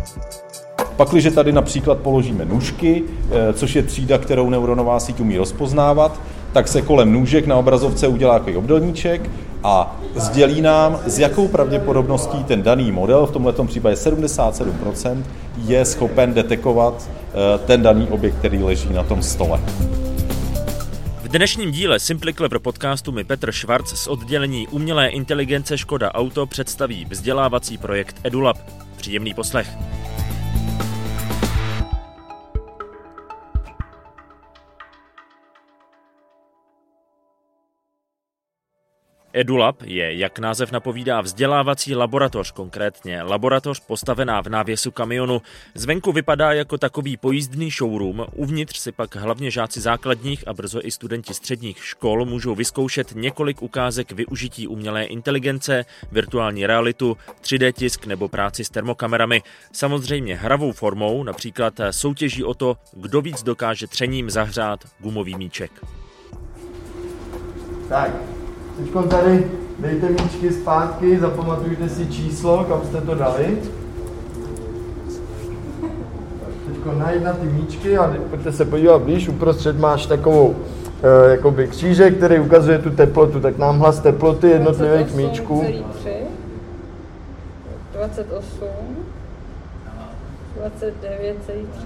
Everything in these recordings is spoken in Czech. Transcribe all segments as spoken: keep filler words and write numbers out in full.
Pakliže tady například položíme nůžky, což je třída, kterou neuronová síť umí rozpoznávat, tak se kolem nůžek na obrazovce udělá takový obdélníček a sdělí nám, s jakou pravděpodobností ten daný model, v tomto případě sedmdesát sedm procent, je schopen detekovat ten daný objekt, který leží na tom stole. V dnešním díle Simply Clever podcastu mi Petr Švarc z oddělení umělé inteligence Škoda Auto představí vzdělávací projekt EduLab. Příjemný poslech. EduLab je, jak název napovídá, vzdělávací laboratoř, konkrétně laboratoř postavená v návěsu kamionu. Zvenku vypadá jako takový pojízdný showroom, uvnitř si pak hlavně žáci základních a brzo i studenti středních škol můžou vyzkoušet několik ukázek využití umělé inteligence, virtuální realitu, tři dé tisk nebo práci s termokamerami. Samozřejmě hravou formou, například soutěží o to, kdo víc dokáže třením zahřát gumový míček. Tak. Teď tady dejte míčky zpátky, zapamatujte si číslo, kam jste to dali. Teď najít na ty míčky a pojďte se podívat blíž, uprostřed máš takovou e, jakoby křížek, který ukazuje tu teplotu, tak nám hlas teploty jednotlivých míčků. dvacet osm, dvacet devět celá tři,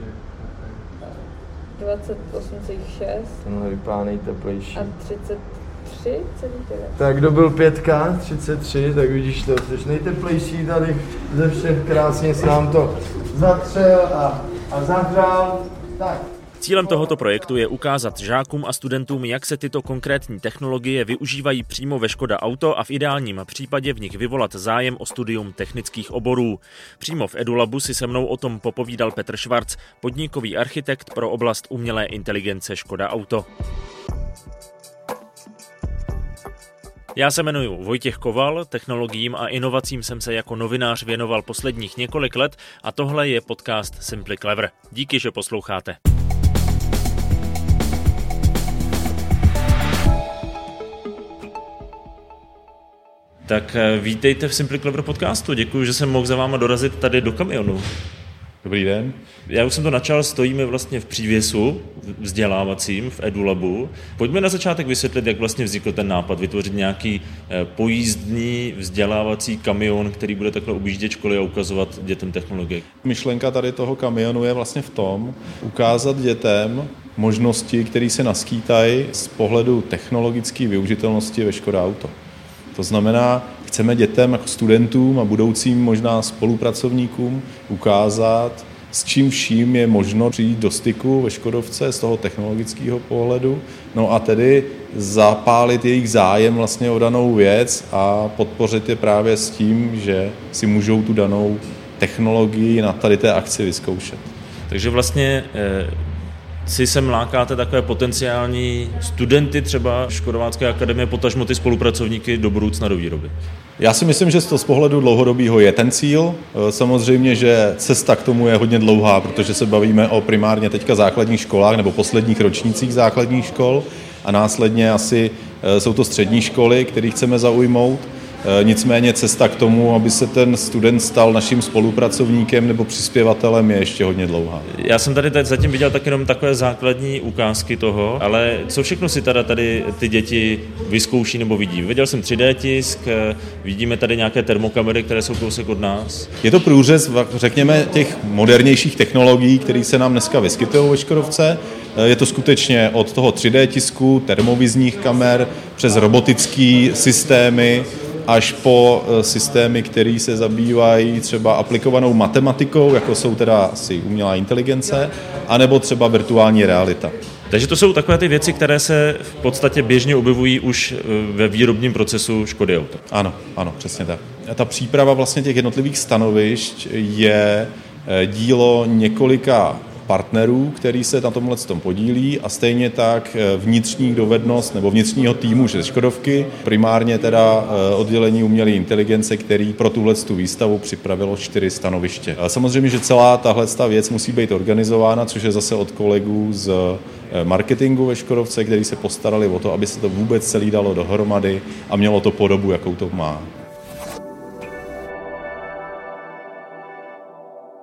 dvacet osm celá šest Tenhle vypadá nejteplejší. A třicet tři celá devět. Tak kdo byl pětka, třicet tři, tak vidíš to, jsi nejteplejší tady ze všech, krásně se nám to zatřel a, a zahřál. Tak. Cílem tohoto projektu je ukázat žákům a studentům, jak se tyto konkrétní technologie využívají přímo ve Škoda Auto a v ideálním případě v nich vyvolat zájem o studium technických oborů. Přímo v EduLabu si se mnou o tom popovídal Petr Švarc, podnikový architekt pro oblast umělé inteligence Škoda Auto. Já se jmenuji Vojtěch Koval, technologiím a inovacím jsem se jako novinář věnoval posledních několik let a tohle je podcast Simply Clever. Díky, že posloucháte. Tak vítejte v Simply Clever podcastu. Děkuji, že jsem mohl za váma dorazit tady do kamionu. Dobrý den. Já už jsem to načal, stojíme vlastně v přívěsu vzdělávacím v EduLabu. Pojďme na začátek vysvětlit, jak vlastně vznikl ten nápad, vytvořit nějaký pojízdný vzdělávací kamion, který bude takhle objíždět školy a ukazovat dětem technologie. Myšlenka tady toho kamionu je vlastně v tom, ukázat dětem možnosti, které se naskýtají z pohledu technologické využitelnosti ve Škoda Auto. To znamená, chceme dětem jako studentům a budoucím možná spolupracovníkům ukázat, s čím vším je možno přijít do styku ve Škodovce z toho technologického pohledu, no a tedy zapálit jejich zájem vlastně o danou věc a podpořit je právě s tím, že si můžou tu danou technologii na tady té akci vyzkoušet. Takže vlastně eh... si sem lákáte takové potenciální studenty třeba Škodovácké akademie, potažmo ty spolupracovníky do budoucna do výroby? Já si myslím, že to z pohledu dlouhodobého je ten cíl. Samozřejmě, že cesta k tomu je hodně dlouhá, protože se bavíme o primárně teďka základních školách nebo posledních ročnících základních škol a následně asi jsou to střední školy, které chceme zaujmout. Nicméně cesta k tomu, aby se ten student stal naším spolupracovníkem nebo přispěvatelem, je ještě hodně dlouhá. Já jsem tady teď zatím viděl tak jenom takové základní ukázky toho, ale co všechno si teda tady ty děti vyzkouší nebo vidí? Viděl jsem tři dé tisk, vidíme tady nějaké termokamery, které jsou kousek od nás. Je to průřez, řekněme, těch modernějších technologií, které se nám dneska vyskytují ve Škodovce. Je to skutečně od toho tři dé tisku, termovizních kamer, přes robotické systémy, až po systémy, které se zabývají třeba aplikovanou matematikou, jako jsou teda asi umělá inteligence, anebo třeba virtuální realita. Takže to jsou takové ty věci, které se v podstatě běžně objevují už ve výrobním procesu Škody Auto. Ano, ano, přesně tak. A ta příprava vlastně těch jednotlivých stanovišť je dílo několika partnerů, který se na tomhle tom podílí a stejně tak vnitřní dovednost nebo vnitřního týmu ze Škodovky, primárně teda oddělení umělé inteligence, který pro tuhle tu výstavu připravilo čtyři stanoviště. Samozřejmě, že celá tahle věc musí být organizována, což je zase od kolegů z marketingu ve Škodovce, který se postarali o to, aby se to vůbec celý dalo dohromady a mělo to podobu, jakou to má.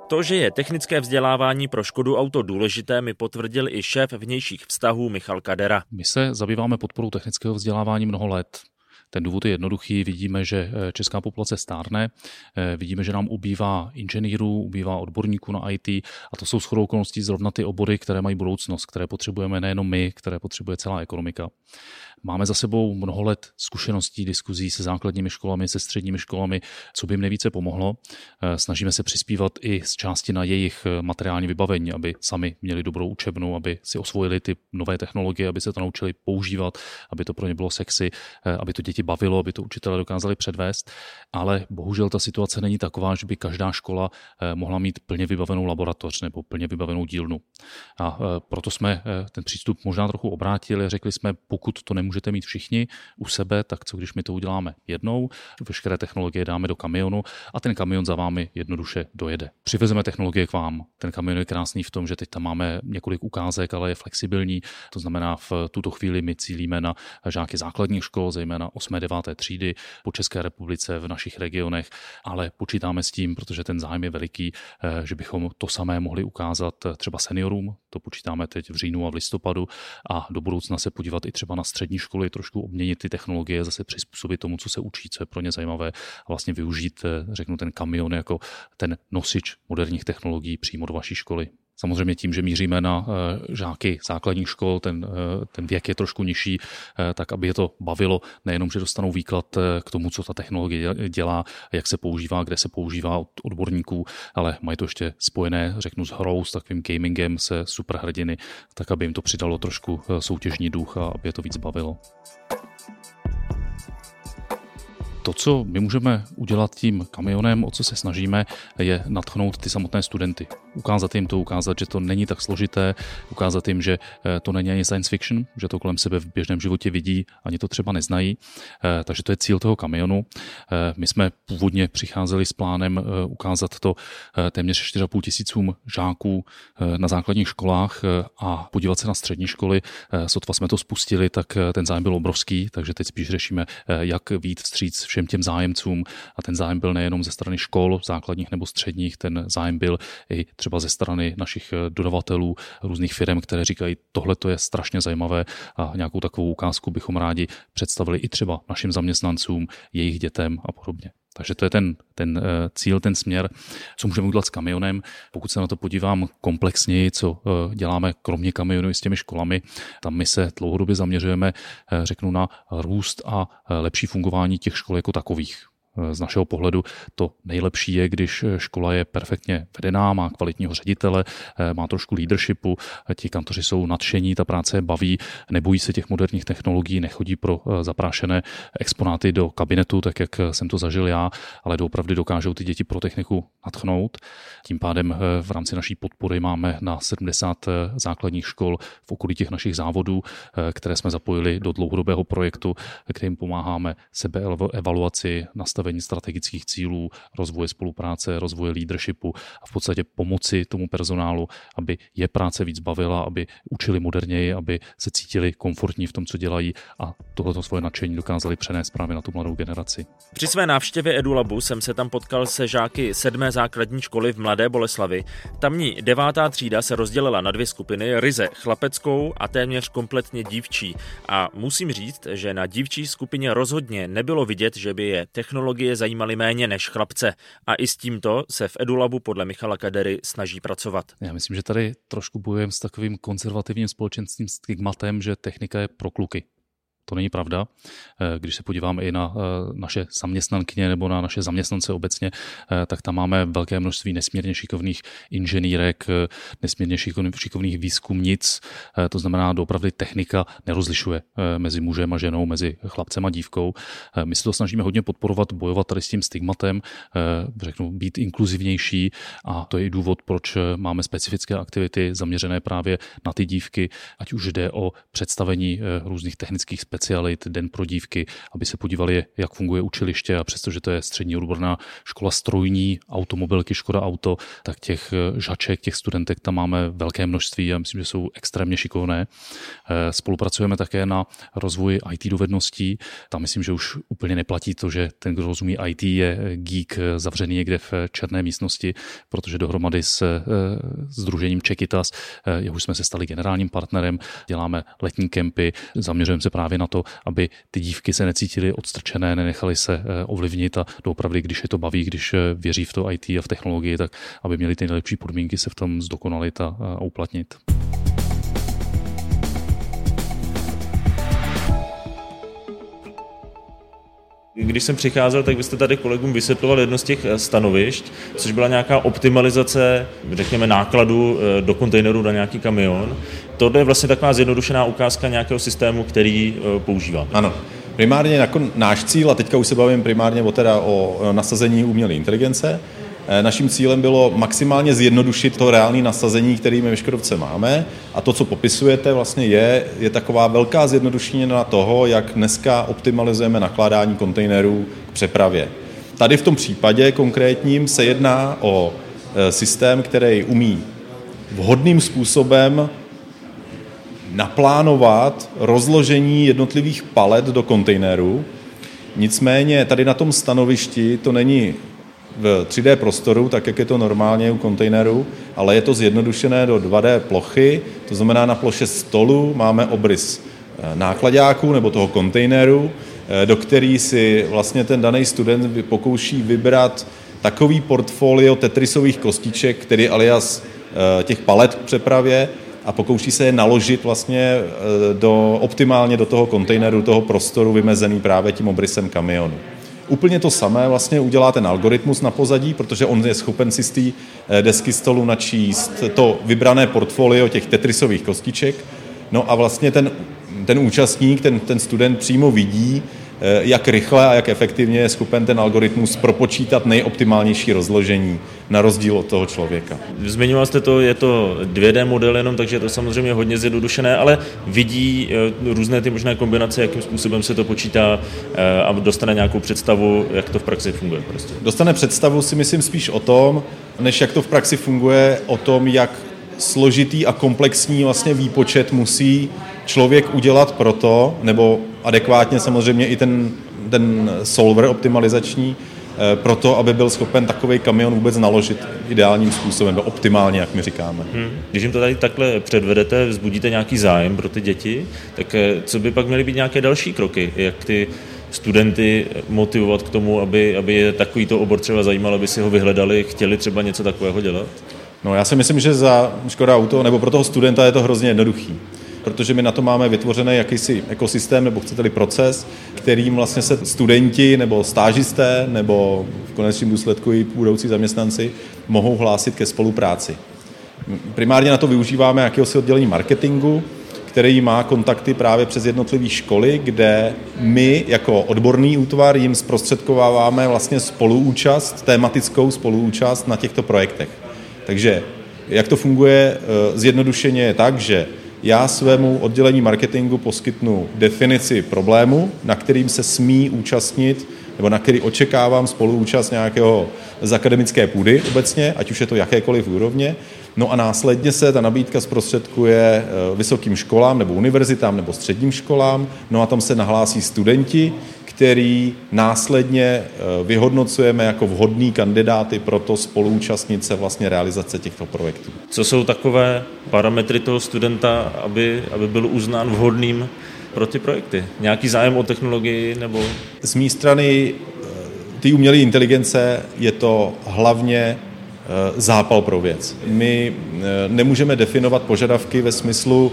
To, že je technické vzdělávání pro Škodu Auto důležité, mi potvrdil i šéf vnějších vztahů Michal Kadera. My se zabýváme podporou technického vzdělávání mnoho let. Ten důvod je jednoduchý, vidíme, že česká populace stárne, vidíme, že nám ubývá inženýrů, ubývá odborníků na í té a to jsou shodou okolností zrovna ty obory, které mají budoucnost, které potřebujeme nejenom my, které potřebuje celá ekonomika. Máme za sebou mnoho let zkušeností, diskuzí se základními školami, se středními školami, co by jim nejvíce pomohlo. Snažíme se přispívat i z části na jejich materiální vybavení, aby sami měli dobrou učebnu, aby si osvojili ty nové technologie, aby se to naučili používat, aby to pro ně bylo sexy, aby to děti bavilo, aby to učitelé dokázali předvést. Ale bohužel ta situace není taková, že by každá škola mohla mít plně vybavenou laboratoř nebo plně vybavenou dílnu. A proto jsme ten přístup možná trochu obrátili, řekli jsme, pokud to nemůžete mít všichni u sebe, tak co když my to uděláme jednou, veškeré technologie dáme do kamionu a ten kamion za vámi jednoduše dojede. Přivezeme technologie k vám. Ten kamion je krásný v tom, že teď tam máme několik ukázek, ale je flexibilní. To znamená, v tuto chvíli my cílíme na žáky základních škol, zejména osmé deváté třídy po České republice v našich regionech, ale počítáme s tím, protože ten zájem je veliký, že bychom to samé mohli ukázat třeba seniorům. To počítáme teď v říjnu a v listopadu a do budoucna se podívat i třeba na střední školy, trošku obměnit ty technologie, zase přizpůsobit tomu, co se učí, co je pro ně zajímavé a vlastně využít, řeknu, ten kamion jako ten nosič moderních technologií přímo do vaší školy. Samozřejmě tím, že míříme na žáky základních škol, ten, ten věk je trošku nižší, tak aby je to bavilo, nejenom, že dostanou výklad k tomu, co ta technologie dělá, jak se používá, kde se používá od odborníků, ale mají to ještě spojené, řeknu, s hrou, s takovým gamingem, se superhrdiny, tak aby jim to přidalo trošku soutěžní duch a aby je to víc bavilo. To, co my můžeme udělat tím kamionem, o co se snažíme, je nadchnout ty samotné studenty. Ukázat jim to, ukázat, že to není tak složité, ukázat jim, že to není ani science fiction, že to kolem sebe v běžném životě vidí, ani to třeba neznají. Takže to je cíl toho kamionu. My jsme původně přicházeli s plánem ukázat to téměř čtyři a půl tisícům žáků na základních školách a podívat se na střední školy. Sotva jsme to spustili, tak ten zájem byl obrovský, takže teď spíš řešíme, jak vyjít vstříc všem těm zájemcům a ten zájem byl nejenom ze strany škol, základních nebo středních, ten zájem byl i třeba ze strany našich dodavatelů, různých firm, které říkají, tohle to je strašně zajímavé a nějakou takovou ukázku bychom rádi představili i třeba našim zaměstnancům, jejich dětem a podobně. Takže to je ten, ten cíl, ten směr, co můžeme udělat s kamionem. Pokud se na to podívám komplexněji, co děláme kromě kamionu i s těmi školami, tam my se dlouhodobě zaměřujeme, řeknu, na růst a lepší fungování těch škol jako takových. Z našeho pohledu to nejlepší je, když škola je perfektně vedená, má kvalitního ředitele, má trošku leadershipu, ti kantoři jsou nadšení, ta práce je baví, nebojí se těch moderních technologií, nechodí pro zaprášené exponáty do kabinetu, tak jak jsem to zažil já, ale doopravdy dokážou ty děti pro techniku nadchnout. Tím pádem v rámci naší podpory máme na sedmdesát základních škol v okolí těch našich závodů, které jsme zapojili do dlouhodobého projektu, kterým pomáháme sebeevaluaci, nastavení strategických cílů, rozvoje spolupráce, rozvoje leadershipu a v podstatě pomoci tomu personálu, aby je práce víc bavila, aby učili moderněji, aby se cítili komfortní v tom, co dělají a tohleto svoje nadšení dokázali přenést právě na tu mladou generaci. Při své návštěvě EduLabu jsem se tam potkal se žáky sedmé základní školy v Mladé Boleslavi. Tamní devátá třída se rozdělila na dvě skupiny, ryze chlapeckou a téměř kompletně dívčí. A musím říct, že na dívčí skupině rozhodně nebylo vidět, že by je technologie zajímaly méně než chlapce. A i s tímto se v EduLabu podle Michala Kadery snaží pracovat. Já myslím, že tady trošku bojujeme s takovým konzervativním společenským stigmatem, že technika je pro kluky. To není pravda. Když se podíváme i na naše zaměstnankyně nebo na naše zaměstnance obecně, tak tam máme velké množství nesmírně šikovných inženýrek, nesmírně šikovných výzkumnic. To znamená, doopravdy technika nerozlišuje mezi mužem a ženou, mezi chlapcem a dívkou. My se to snažíme hodně podporovat, bojovat tady s tím stigmatem, řeknu, být inkluzivnější a to je i důvod, proč máme specifické aktivity zaměřené právě na ty dívky, ať už jde o představení různých technických speciálů, specialit, den pro dívky, aby se podívali, jak funguje učiliště a přestože to je střední odborná škola strojní, automobilky, Škoda Auto, tak těch žaček, těch studentek tam máme velké množství a myslím, že jsou extrémně šikovné. Spolupracujeme také na rozvoji í té dovedností. Tam myslím, že už úplně neplatí to, že ten, kdo rozumí í té, je geek zavřený někde v černé místnosti, protože dohromady s sdružením Čekytas, jehož jsme se stali generálním partnerem, děláme letní kempy, zaměřujeme se právě na to, aby ty dívky se necítily odstrčené, nenechali se ovlivnit a doopravdy, když je to baví, když věří v to í té a v technologii, tak aby měli ty nejlepší podmínky se v tom zdokonalit a, a uplatnit. Když jsem přicházel, tak byste tady kolegům vysvětloval jedno z těch stanovišť, což byla nějaká optimalizace, řekněme, nákladu do kontejneru na nějaký kamion. To je vlastně taková zjednodušená ukázka nějakého systému, který používáme. Ano. Primárně jako náš cíl, a teďka už se bavím primárně o, teda o nasazení umělé inteligence, naším cílem bylo maximálně zjednodušit to reálné nasazení, který my ve Škodovce máme, a to, co popisujete, vlastně je, je taková velká zjednodušená toho, jak dneska optimalizujeme nakládání kontejnerů k přepravě. Tady v tom případě konkrétním se jedná o systém, který umí vhodným způsobem naplánovat rozložení jednotlivých palet do kontejnerů. Nicméně tady na tom stanovišti to není v tři dé prostoru, tak jak je to normálně u kontejneru, ale je to zjednodušené do dva dé plochy, to znamená na ploše stolu máme obrys nákladáků nebo toho kontejneru, do který si vlastně ten daný student pokouší vybrat takový portfolio tetrisových kostiček, který alias těch palet k přepravě, a pokouší se je naložit vlastně do, optimálně do toho kontejneru, toho prostoru vymezený právě tím obrysem kamionu. Úplně to samé vlastně udělá ten algoritmus na pozadí, protože on je schopen si z té desky stolu načíst to vybrané portfolio těch tetrisových kostiček. No a vlastně ten, ten účastník, ten, ten student přímo vidí, jak rychle a jak efektivně je schopen ten algoritmus propočítat nejoptimálnější rozložení na rozdíl od toho člověka. Zmiňoval jste to, je to dvě dé model jenom, takže je to samozřejmě hodně zjednodušené, ale vidí různé ty možné kombinace, jakým způsobem se to počítá a dostane nějakou představu, jak to v praxi funguje. Prostě. Dostane představu, si myslím, spíš o tom, než jak to v praxi funguje, o tom, jak složitý a komplexní vlastně výpočet musí člověk udělat proto, nebo adekvátně samozřejmě i ten, ten solver optimalizační, proto, aby byl schopen takovej kamion vůbec naložit ideálním způsobem, nebo optimálně, jak my říkáme. Hmm. Když jim to tady takhle předvedete, vzbudíte nějaký zájem pro ty děti, tak co by pak měly být nějaké další kroky, jak ty studenty motivovat k tomu, aby, aby je takovýto obor třeba zajímal, aby si ho vyhledali, chtěli třeba něco takového dělat? No, já si myslím, že za Škoda Auto, nebo pro toho studenta je to hrozně jednoduchý, protože my na to máme vytvořený jakýsi ekosystém, nebo chcete-li proces, kterým vlastně se studenti, nebo stážisté, nebo v konečném důsledku i budoucí zaměstnanci mohou hlásit ke spolupráci. Primárně na to využíváme jakéhosi oddělení marketingu, který má kontakty právě přes jednotlivé školy, kde my jako odborný útvar jim zprostředkováváme vlastně spoluúčast, tematickou spoluúčast na těchto projektech. Takže jak to funguje zjednodušeně je tak, že já svému oddělení marketingu poskytnu definici problému, na kterým se smí účastnit, nebo na který očekávám spoluúčast nějakého z akademické půdy obecně, ať už je to jakékoliv úrovně. No a následně se ta nabídka zprostředkuje vysokým školám nebo univerzitám nebo středním školám, no a tam se nahlásí studenti, který následně vyhodnocujeme jako vhodný kandidáty pro to spoluúčastnit se vlastně realizace těchto projektů. Co jsou takové parametry toho studenta, aby, aby byl uznán vhodným pro ty projekty? Nějaký zájem o technologii nebo? Z mé strany ty umělé inteligence je to hlavně zápal pro věc. My nemůžeme definovat požadavky ve smyslu,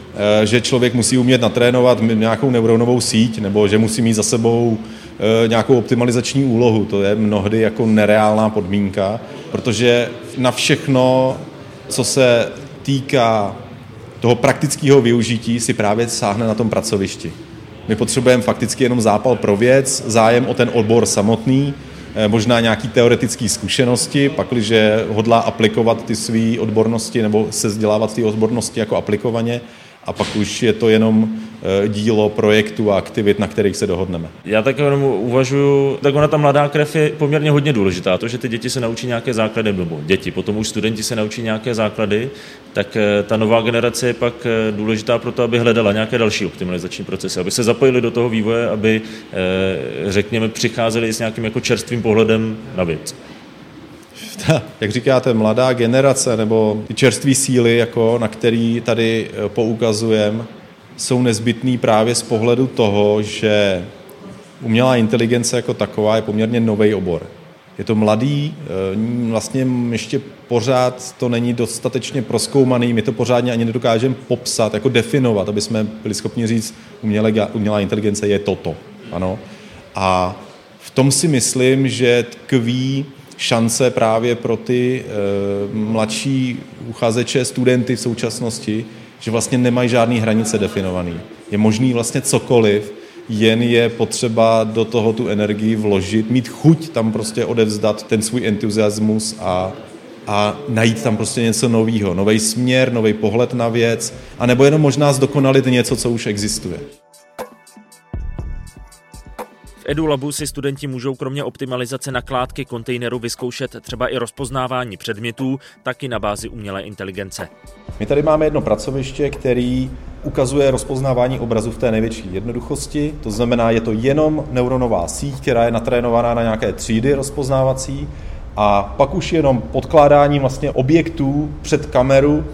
že člověk musí umět natrénovat nějakou neuronovou síť nebo že musí mít za sebou nějakou optimalizační úlohu. To je mnohdy jako nereálná podmínka, protože na všechno, co se týká toho praktického využití, si právě sáhne na tom pracovišti. My potřebujeme fakticky jenom zápal pro věc, zájem o ten odbor samotný, možná nějaký teoretické zkušenosti, pakliže hodlá aplikovat ty své odbornosti nebo se vzdělávat ty odbornosti jako aplikovaně. a pak už je to jenom dílo projektu a aktivit, na kterých se dohodneme. Já tak jenom uvažuji, tak ona ta mladá krev je poměrně hodně důležitá. To, že ty děti se naučí nějaké základy, nebo děti, potom už studenti se naučí nějaké základy, tak ta nová generace je pak důležitá pro to, aby hledala nějaké další optimalizační procesy, aby se zapojili do toho vývoje, aby, řekněme, přicházeli s nějakým jako čerstvým pohledem na věc. Jak říkáte, mladá generace nebo ty čerstvé síly, jako, na který tady poukazujeme, jsou nezbytný právě z pohledu toho, že umělá inteligence jako taková je poměrně nový obor. Je to mladý, vlastně ještě pořád to není dostatečně prozkoumaný, my to pořádně ani nedokážeme popsat, jako definovat, aby jsme byli schopni říct, umělé, umělá inteligence je toto. Ano. A v tom si myslím, že tkví šance právě pro ty e, mladší uchazeče, studenty v současnosti, že vlastně nemají žádný hranice definovaný. Je možný vlastně cokoliv, jen je potřeba do toho tu energii vložit, mít chuť tam prostě odevzdat ten svůj entuziasmus a, a najít tam prostě něco novýho, nový směr, nový pohled na věc, anebo jenom možná zdokonalit něco, co už existuje. V EduLabu si studenti můžou kromě optimalizace nakládky kontejneru vyzkoušet třeba i rozpoznávání předmětů, taky na bázi umělé inteligence. My tady máme jedno pracoviště, který ukazuje rozpoznávání obrazu v té největší jednoduchosti, to znamená, je to jenom neuronová síť, která je natrénovaná na nějaké třídy rozpoznávací a pak už jenom podkládání vlastně objektů před kameru,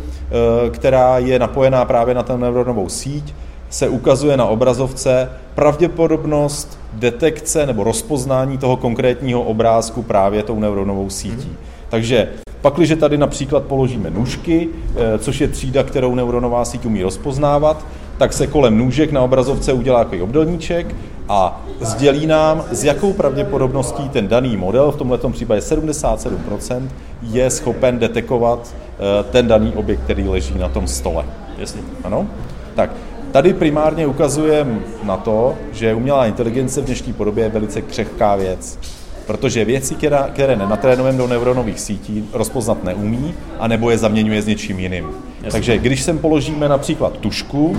která je napojená právě na tu neuronovou síť, se ukazuje na obrazovce pravděpodobnost detekce nebo rozpoznání toho konkrétního obrázku právě tou neuronovou sítí. Takže pakliže tady například položíme nůžky, což je třída, kterou neuronová síť umí rozpoznávat, tak se kolem nůžek na obrazovce udělá takový obdélníček a sdělí nám, s jakou pravděpodobností ten daný model, v tomto případě sedmdesát sedm procent, je schopen detekovat ten daný objekt, který leží na tom stole. Jasně. Ano? Tak. Tady primárně ukazujeme na to, že umělá inteligence v dnešní podobě je velice křehká věc, protože věci, které, které nenatrénujeme do neuronových sítí, rozpoznat neumí, anebo je zaměňuje s něčím jiným. Jasně. Takže když sem položíme například tužku,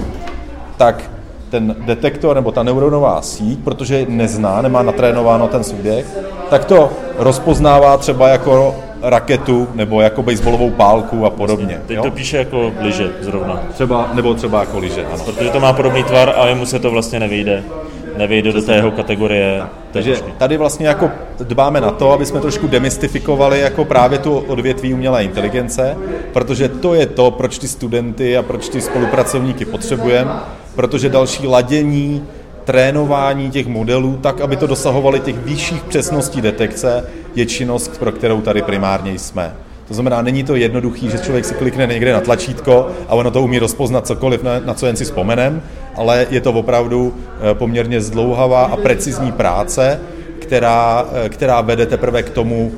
tak ten detektor nebo ta neuronová síť, protože nezná, nemá natrénováno ten subjekt, tak to rozpoznává třeba jako raketu nebo jako baseballovou pálku a podobně. Teď jo? to píše jako lyže zrovna. Třeba, nebo třeba jako lyže, ano. Protože to má podobný tvar, ale mu se to vlastně nevejde. Nevejde do té jeho kategorie. Takže tady vlastně jako dbáme na to, aby jsme trošku demystifikovali jako právě tu odvětví umělé inteligence, protože to je to, proč ty studenty a proč ty spolupracovníky potřebujeme, protože další ladění, trénování těch modelů, tak, aby to dosahovali těch vyšších přesností detekce, je činnost, pro kterou tady primárně jsme. To znamená, není to jednoduchý, že člověk si klikne někde na tlačítko a ono to umí rozpoznat cokoliv, na, na co jen si vzpomenem, ale je to opravdu poměrně zdlouhavá a precizní práce, která, která vede teprve k tomu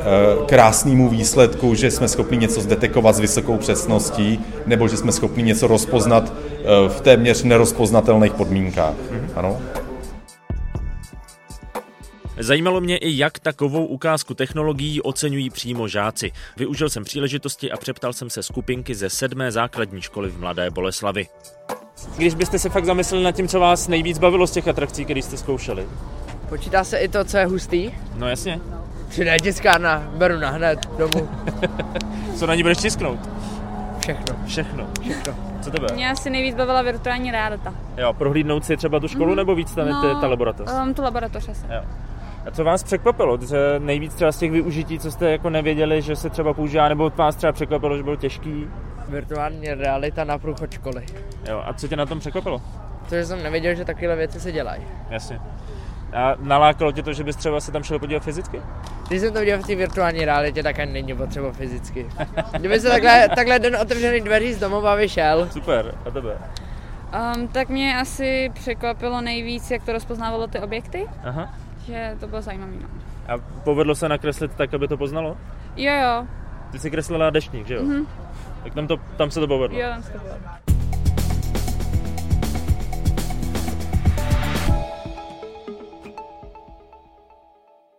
krásnému výsledku, že jsme schopni něco zdetekovat s vysokou přesností, nebo že jsme schopni něco rozpoznat v téměř nerozpoznatelných podmínkách. Ano? Zajímalo mě i, jak takovou ukázku technologií oceňují přímo žáci. Využil jsem příležitosti a přeptal jsem se skupinky ze sedmé základní školy v Mladé Boleslavi. Když byste se fakt zamysleli nad tím, co vás nejvíc bavilo z těch atrakcí, které jste zkoušeli? Počítá se i to, co je hustý? No jasně. tři dé tiskárna, beru na hned domů. Co na ní budeš tisknout? Všechno. Všechno. Všechno. Co tebe? Mě asi nejvíc bavila virtuální realita. Jo, prohlídnout si třeba tu školu, mm. nebo víc tam no, ta laboratoř? Um, tu laboratoř asi. Jo. A co vás překvapilo? Že nejvíc třeba z těch využití, co jste jako nevěděli, že se třeba používá, nebo vás třeba překvapilo, že byl těžký? Virtuální realita na průchod školy. Jo, a co tě na tom překvapilo? To, že jsem nevěděl, že takovéhle věci se dělají. Jasně. A nalákalo tě to, že bys třeba se tam šel podívat fyzicky? Když jsem to viděl v té virtuální realitě, tak ani není potřeba fyzicky. Kdyby se takhle, takhle den otevřený dveří z domova vyšel. Super, a tebe? Um, tak mě asi překvapilo nejvíc, jak to rozpoznávalo ty objekty. Aha. Že to bylo zajímavé. No. A povedlo se nakreslit tak, aby to poznalo? Jo, jo. Ty jsi kreslila deštník, že jo? Mhm. Tak tam, to, tam se to povedlo. Jo, tam se to povedlo.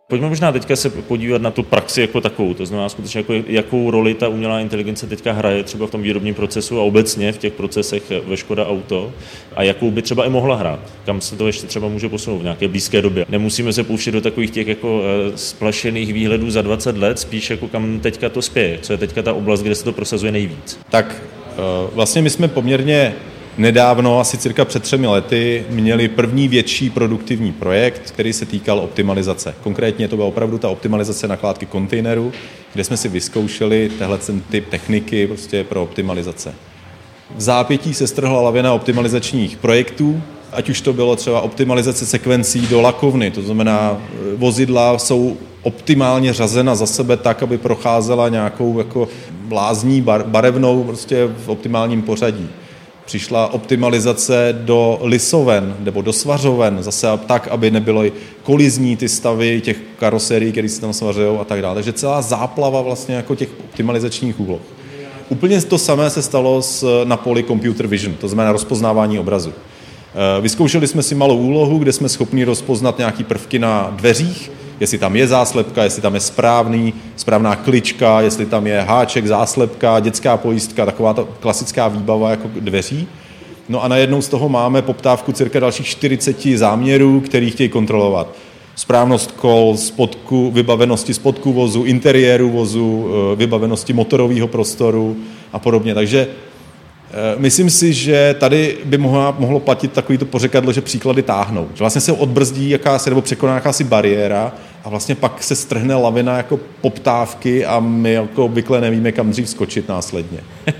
Pojďme možná teďka se podívat na tu praxi jako takovou, to znamená skutečně, jako, jakou roli ta umělá inteligence teďka hraje třeba v tom výrobním procesu a obecně v těch procesech ve Škoda Auto a jakou by třeba i mohla hrát, kam se to ještě třeba může posunout v nějaké blízké době. Nemusíme se pouštět do takových těch jako splašených výhledů za dvacet let, spíš jako kam teďka to spěje, co je teďka ta oblast, kde se to prosazuje nejvíc. Tak vlastně my jsme poměrně nedávno, asi cirka před třemi lety, měli první větší produktivní projekt, který se týkal optimalizace. Konkrétně to byla opravdu ta optimalizace nakládky kontejnerů, kde jsme si vyzkoušeli tehle typ techniky prostě pro optimalizace. V zápětí se strhla lavina optimalizačních projektů, ať už to bylo třeba optimalizace sekvencí do lakovny, to znamená vozidla jsou optimálně řazena za sebe tak, aby procházela nějakou jako blázní barevnou prostě v optimálním pořadí. Přišla optimalizace do lisoven nebo do svařoven, zase tak, aby nebyly kolizní ty stavy těch karoserií, které se tam svařují a tak dále. Takže celá záplava vlastně jako těch optimalizačních úloh. Úplně to samé se stalo s, na poli computer vision, to znamená rozpoznávání obrazu. Vyzkoušeli jsme si malou úlohu, kde jsme schopni rozpoznat nějaké prvky na dveřích, jestli tam je záslepka, jestli tam je správný, správná klička, jestli tam je háček, záslepka, dětská pojistka, taková ta klasická výbava jako dveří. No a najednou z toho máme poptávku cirka dalších čtyřicet záměrů, který chtějí kontrolovat. Správnost kol, spodku, vybavenosti spodku vozu, interiéru vozu, vybavenosti motorového prostoru a podobně. Takže myslím si, že tady by mohlo, mohlo platit takovýto pořekadlo, že příklady táhnou. Že vlastně se odbrzdí jakási, nebo překoná jakási bariéra a vlastně pak se strhne lavina jako poptávky a my jako obvykle nevíme, kam dřív skočit následně.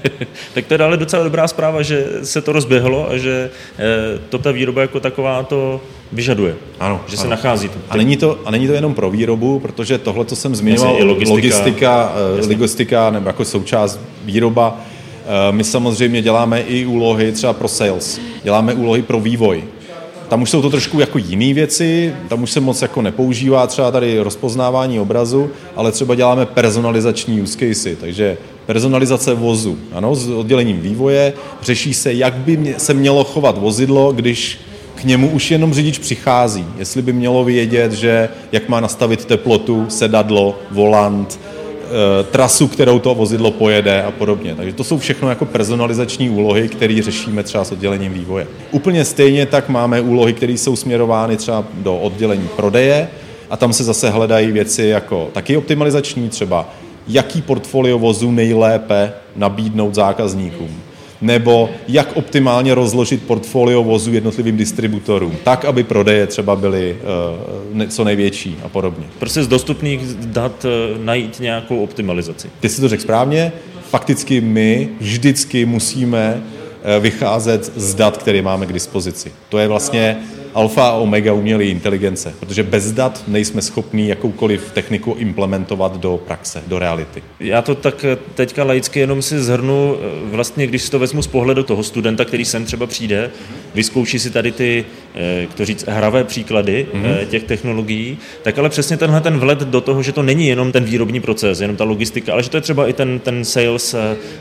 Tak to je dále docela dobrá zpráva, že se to rozběhlo a že to ta výroba jako taková to vyžaduje. Ano. Že se ano. nachází to. A není to, a není to jenom pro výrobu, protože tohle, co jsem zmiňoval, logistika, logistika, logistika nebo jako součást výroba. My samozřejmě děláme i úlohy třeba pro sales, děláme úlohy pro vývoj. Tam už jsou to trošku jako jiné věci, tam už se moc jako nepoužívá třeba tady rozpoznávání obrazu, ale třeba děláme personalizační use casey, takže personalizace vozu, ano, s oddělením vývoje, řeší se, jak by se mělo chovat vozidlo, když k němu už jenom řidič přichází, jestli by mělo vědět, že jak má nastavit teplotu, sedadlo, volant, trasu, kterou to vozidlo pojede a podobně. Takže to jsou všechno jako personalizační úlohy, které řešíme třeba s oddělením vývoje. Úplně stejně tak máme úlohy, které jsou směrovány třeba do oddělení prodeje a tam se zase hledají věci jako taky optimalizační, třeba jaký portfolio vozů nejlépe nabídnout zákazníkům, nebo jak optimálně rozložit portfolio vozů jednotlivým distributorům, tak, aby prodeje třeba byly uh, co největší a podobně. Prostě z dostupných dat uh, najít nějakou optimalizaci. Ty jsi to řekl správně, fakticky my vždycky musíme uh, vycházet z dat, které máme k dispozici. To je vlastně alfa a omega umělé inteligence, protože bez dat nejsme schopní jakoukoliv techniku implementovat do praxe, do reality. Já to tak teďka laicky jenom si zhrnu, vlastně když si to vezmu z pohledu toho studenta, který sem třeba přijde, vyzkouší si tady ty, jak to říct, hravé příklady mm-hmm. těch technologií, tak ale přesně tenhle ten vlet do toho, že to není jenom ten výrobní proces, jenom ta logistika, ale že to je třeba i ten, ten sales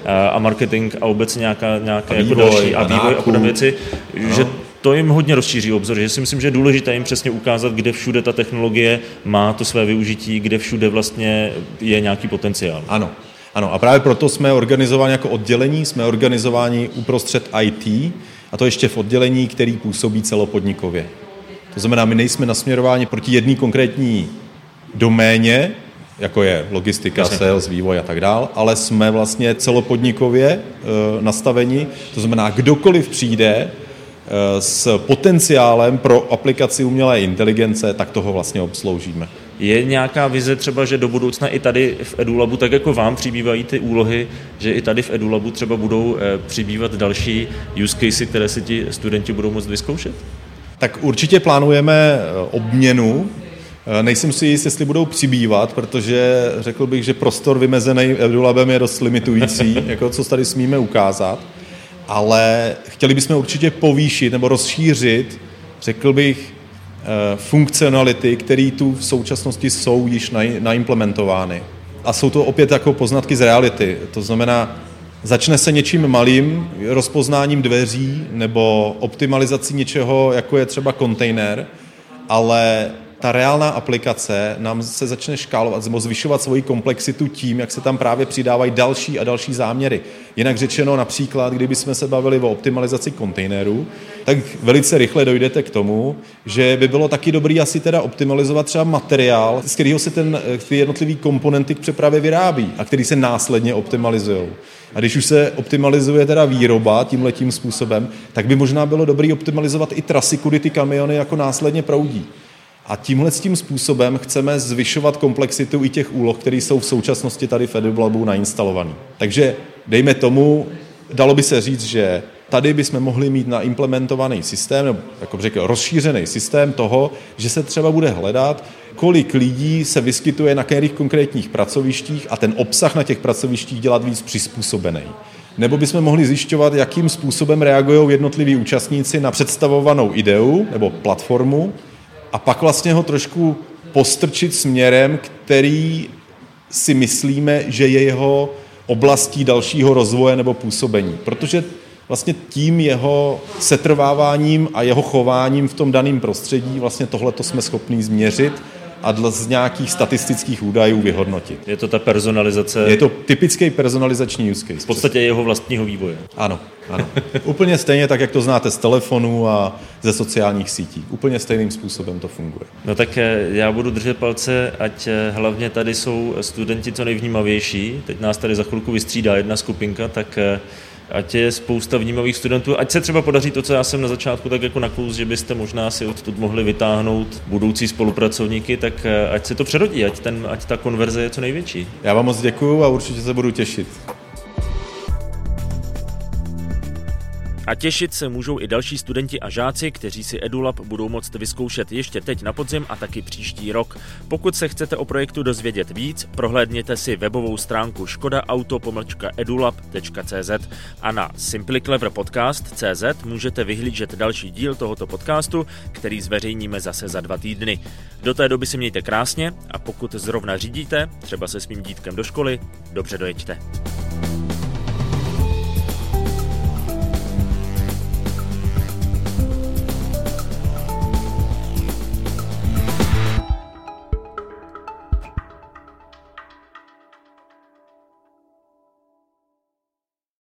a marketing a obecně nějaká, nějaké a jako vývoj, další a vývoj a podobné věci, no. že to jim hodně rozšíří obzor, že si myslím, že je důležité jim přesně ukázat, kde všude ta technologie má to své využití, kde všude vlastně je nějaký potenciál. Ano, ano. A právě proto jsme organizováni jako oddělení, jsme organizováni uprostřed í té, a to ještě v oddělení, který působí celopodnikově. To znamená, my nejsme nasměrováni proti jedné konkrétní doméně, jako je logistika, Jasně. sales, vývoj a tak dál, ale jsme vlastně celopodnikově e, nastaveni. To znamená, kdokoliv přijde s potenciálem pro aplikaci umělé inteligence, tak toho vlastně obsloužíme. Je nějaká vize třeba, že do budoucna i tady v EduLabu, tak jako vám přibývají ty úlohy, že i tady v EduLabu třeba budou přibývat další use casey, které si ti studenti budou moct vyzkoušet? Tak určitě plánujeme obměnu. Nejsem si jist, jestli budou přibývat, protože řekl bych, že prostor vymezený EduLabem je dost limitující, jako co tady smíme ukázat. Ale chtěli bychom určitě povýšit nebo rozšířit, řekl bych, funkcionality, které tu v současnosti jsou již naimplementovány. A jsou to opět jako poznatky z reality. To znamená, začne se něčím malým, rozpoznáním dveří nebo optimalizací něčeho, jako je třeba kontejner, ale ta reálná aplikace nám se začne škálovat nebo zvyšovat svoji komplexitu tím, jak se tam právě přidávají další a další záměry. Jinak řečeno například, kdybychom se bavili o optimalizaci kontejnerů, tak velice rychle dojdete k tomu, že by bylo taky dobrý asi teda optimalizovat třeba materiál, z kterého se ten, ty jednotlivý komponenty k přepravě vyrábí a který se následně optimalizují. A když už se optimalizuje teda výroba tímhletím způsobem, tak by možná bylo dobrý optimalizovat i trasy, kudy ty kamiony jako následně proudí. A tímhle tím způsobem chceme zvyšovat komplexitu i těch úloh, které jsou v současnosti tady v EduLabu nainstalované. Takže dejme tomu, dalo by se říct, že tady bychom mohli mít naimplementovaný systém, nebo jako řekl, rozšířený systém toho, že se třeba bude hledat, kolik lidí se vyskytuje na kterých konkrétních pracovištích a ten obsah na těch pracovištích dělat víc přizpůsobený. Nebo bychom mohli zjišťovat, jakým způsobem reagují jednotliví účastníci na představovanou ideu nebo platformu a pak vlastně ho trošku postrčit směrem, který si myslíme, že je jeho oblastí dalšího rozvoje nebo působení. Protože vlastně tím jeho setrváváním a jeho chováním v tom daném prostředí vlastně tohleto jsme schopní změřit a z nějakých statistických údajů vyhodnotit. Je to ta personalizace? Je to typický personalizační use case. V podstatě jeho vlastního vývoje. Ano, ano. Úplně stejně tak, jak to znáte z telefonu a ze sociálních sítí. Úplně stejným způsobem to funguje. No tak já budu držet palce, ať hlavně tady jsou studenti co nejvnímavější. Teď nás tady za chvilku vystřídá jedna skupinka, tak ať je spousta vnímavých studentů, ať se třeba podaří to, co já jsem na začátku tak jako nakluz, že byste možná si odtud mohli vytáhnout budoucí spolupracovníky, tak ať se to přerodí, ať, ten, ať ta konverze je co největší. Já vám moc děkuju a určitě se budu těšit. A těšit se můžou i další studenti a žáci, kteří si EduLab budou moct vyzkoušet ještě teď na podzim a taky příští rok. Pokud se chcete o projektu dozvědět víc, prohlédněte si webovou stránku škoda auto pomlčka edulab tečka cé zet a na simply clever podcast tečka cé zet můžete vyhlížet další díl tohoto podcastu, který zveřejníme zase za dva týdny. Do té doby si mějte krásně a pokud zrovna řídíte, třeba se svým dítkem do školy, dobře dojeďte.